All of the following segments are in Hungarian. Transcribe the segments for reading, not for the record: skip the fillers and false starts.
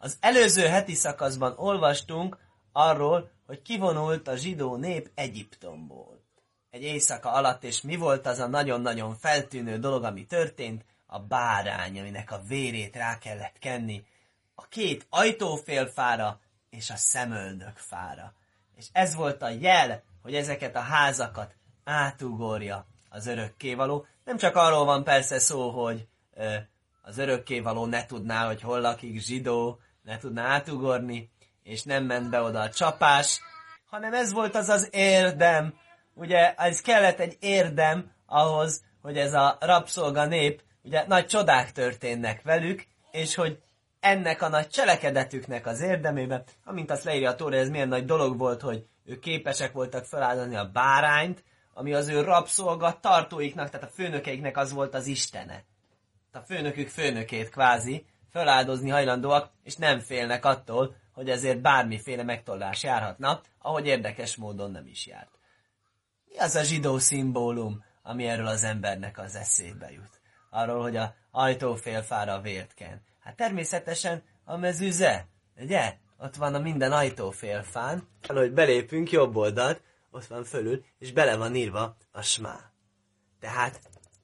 Az előző heti szakaszban olvastunk arról, hogy kivonult a zsidó nép Egyiptomból. Egy éjszaka alatt, és mi volt az a nagyon-nagyon feltűnő dolog, ami történt? A bárány, aminek a vérét rá kellett kenni a 2 ajtófélfára és a szemöldökfára. És ez volt a jel, hogy ezeket a házakat átugorja az örökkévaló. Nem csak arról van persze szó, hogy az örökkévaló ne tudná, hogy hol lakik zsidó, ne tudná átugorni, és nem ment be oda a csapás, hanem ez volt az az érdem. Ugye ez kellett egy érdem ahhoz, hogy ez a rabszolga nép, ugye nagy csodák történnek velük, és hogy ennek a nagy cselekedetüknek az érdemében, amint azt leírja a Tóra, ez milyen nagy dolog volt, hogy ők képesek voltak feláldani a bárányt, ami az ő rabszolga tartóiknak, tehát a főnökeiknek az volt az istene. A főnökük főnökét kvázi feláldozni hajlandóak, és nem félnek attól, hogy ezért bármiféle megtollás járhatna, ahogy érdekes módon nem is járt. Mi az a zsidó szimbólum, ami erről az embernek az eszébe jut? Arról, hogy a ajtófélfára vért ken. Hát természetesen a mezüze, ugye? Ott van a minden ajtófélfán, hogy belépünk jobb oldalt, ott van fölül, és bele van írva a smá. Tehát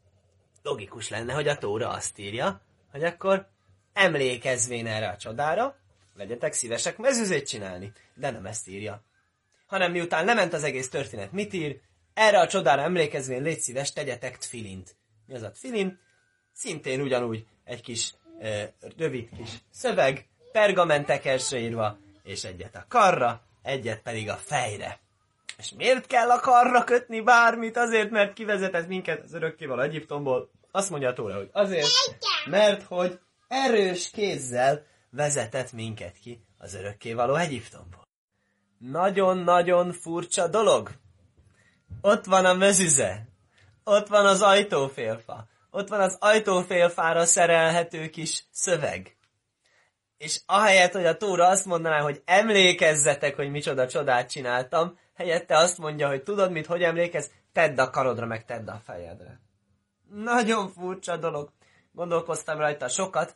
logikus lenne, hogy a Tóra azt írja, hogy akkor emlékezvén erre a csodára, legyetek szívesek mezüzét csinálni. De nem ezt írja. Hanem miután lement az egész történet, mit ír? Erre a csodára emlékezvén légy szíves, tegyetek tfilint. Mi az a tfilin? Szintén ugyanúgy egy kis rövid kis szöveg, pergamentekesre írva, és egyet a karra, egyet pedig a fejre. És miért kell a karra kötni bármit? Azért, mert kivezetett minket az örökkévaló Egyiptomból. Azt mondja a Tóra, hogy azért, mert hogy erős kézzel vezetett minket ki az örökkévaló Egyiptomból. Nagyon-nagyon furcsa dolog. Ott van a mezüze, ott van az ajtófélfa, ott van az ajtófélfára szerelhető kis szöveg. És ahelyett, hogy a Tóra azt mondaná, hogy emlékezzetek, hogy micsoda csodát csináltam, helyette azt mondja, hogy tudod mit, hogy emlékezz? Tedd a karodra, meg tedd a fejedre. Nagyon furcsa dolog. Gondolkoztam rajta sokat.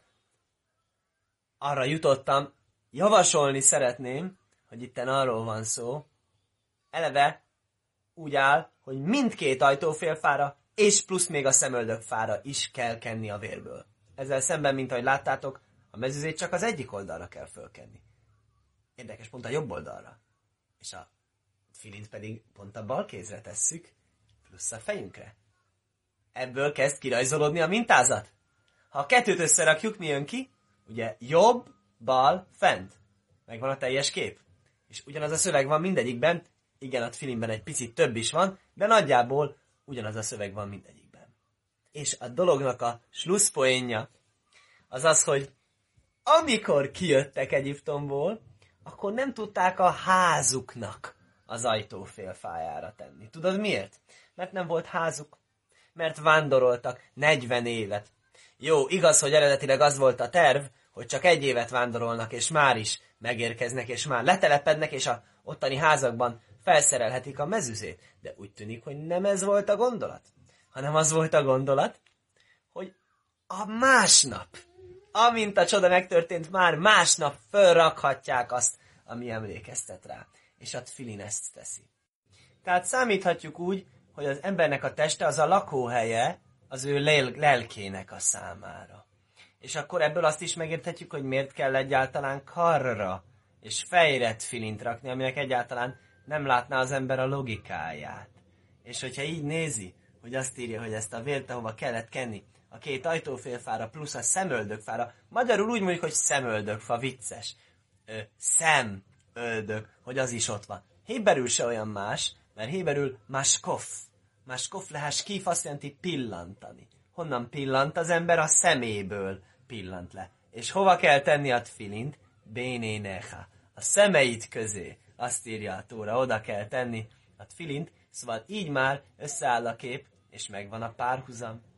Arra jutottam, javasolni szeretném, hogy itten arról van szó, eleve úgy áll, hogy mindkét ajtófélfára és plusz még a szemöldökfára is kell kenni a vérből. Ezzel szemben, mint ahogy láttátok, a mezőzét csak az egyik oldalra kell fölkenni. Érdekes, pont a jobb oldalra. És a filint pedig pont a bal kézre tesszük, plusz a fejünkre. Ebből kezd kirajzolódni a mintázat. Ha a kettőt összerakjuk, mi jön ki? Ugye jobb, bal, fent. Megvan a teljes kép. És ugyanaz a szöveg van mindegyikben. Igen, a filimben egy picit több is van, de nagyjából ugyanaz a szöveg van mindegyikben. És a dolognak a slusszpoénja az az, hogy amikor kijöttek Egyiptomból, akkor nem tudták a házuknak az ajtófélfájára tenni. Tudod miért? Mert nem volt házuk. Mert vándoroltak 40 évet. Jó, igaz, hogy eredetileg az volt a terv, hogy csak 1 évet vándorolnak, és már is megérkeznek, és már letelepednek, és a ottani házakban felszerelhetik a mezüzét. De úgy tűnik, hogy nem ez volt a gondolat, hanem az volt a gondolat, hogy a másnap, amint a csoda megtörtént, már másnap fölrakhatják azt, ami emlékeztet rá. És a tfilin ezt teszi. Tehát számíthatjuk úgy, hogy az embernek a teste az a lakóhelye az ő lelkének a számára. És akkor ebből azt is megérthetjük, hogy miért kell egyáltalán karra és fejre tfilint rakni, aminek egyáltalán nem látná az ember a logikáját. És hogyha így nézi, hogy azt írja, hogy ezt a vért, ahova kellett kenni, a 2 ajtófélfára plusz a szemöldökfára, magyarul úgy mondjuk, hogy szemöldökfa, vicces. Szemöldök, hogy az is ott van. Héberül se olyan más, mert héberül maskof. Maskof lehás kif azt jelenti pillantani. Honnan pillant az ember? A szeméből pillant le. És hova kell tenni a tfilint? Bénéneha. A szemeid közé. Azt írja a Tóra, oda kell tenni a tfilint. Szóval így már összeáll a kép, és megvan a párhuzam.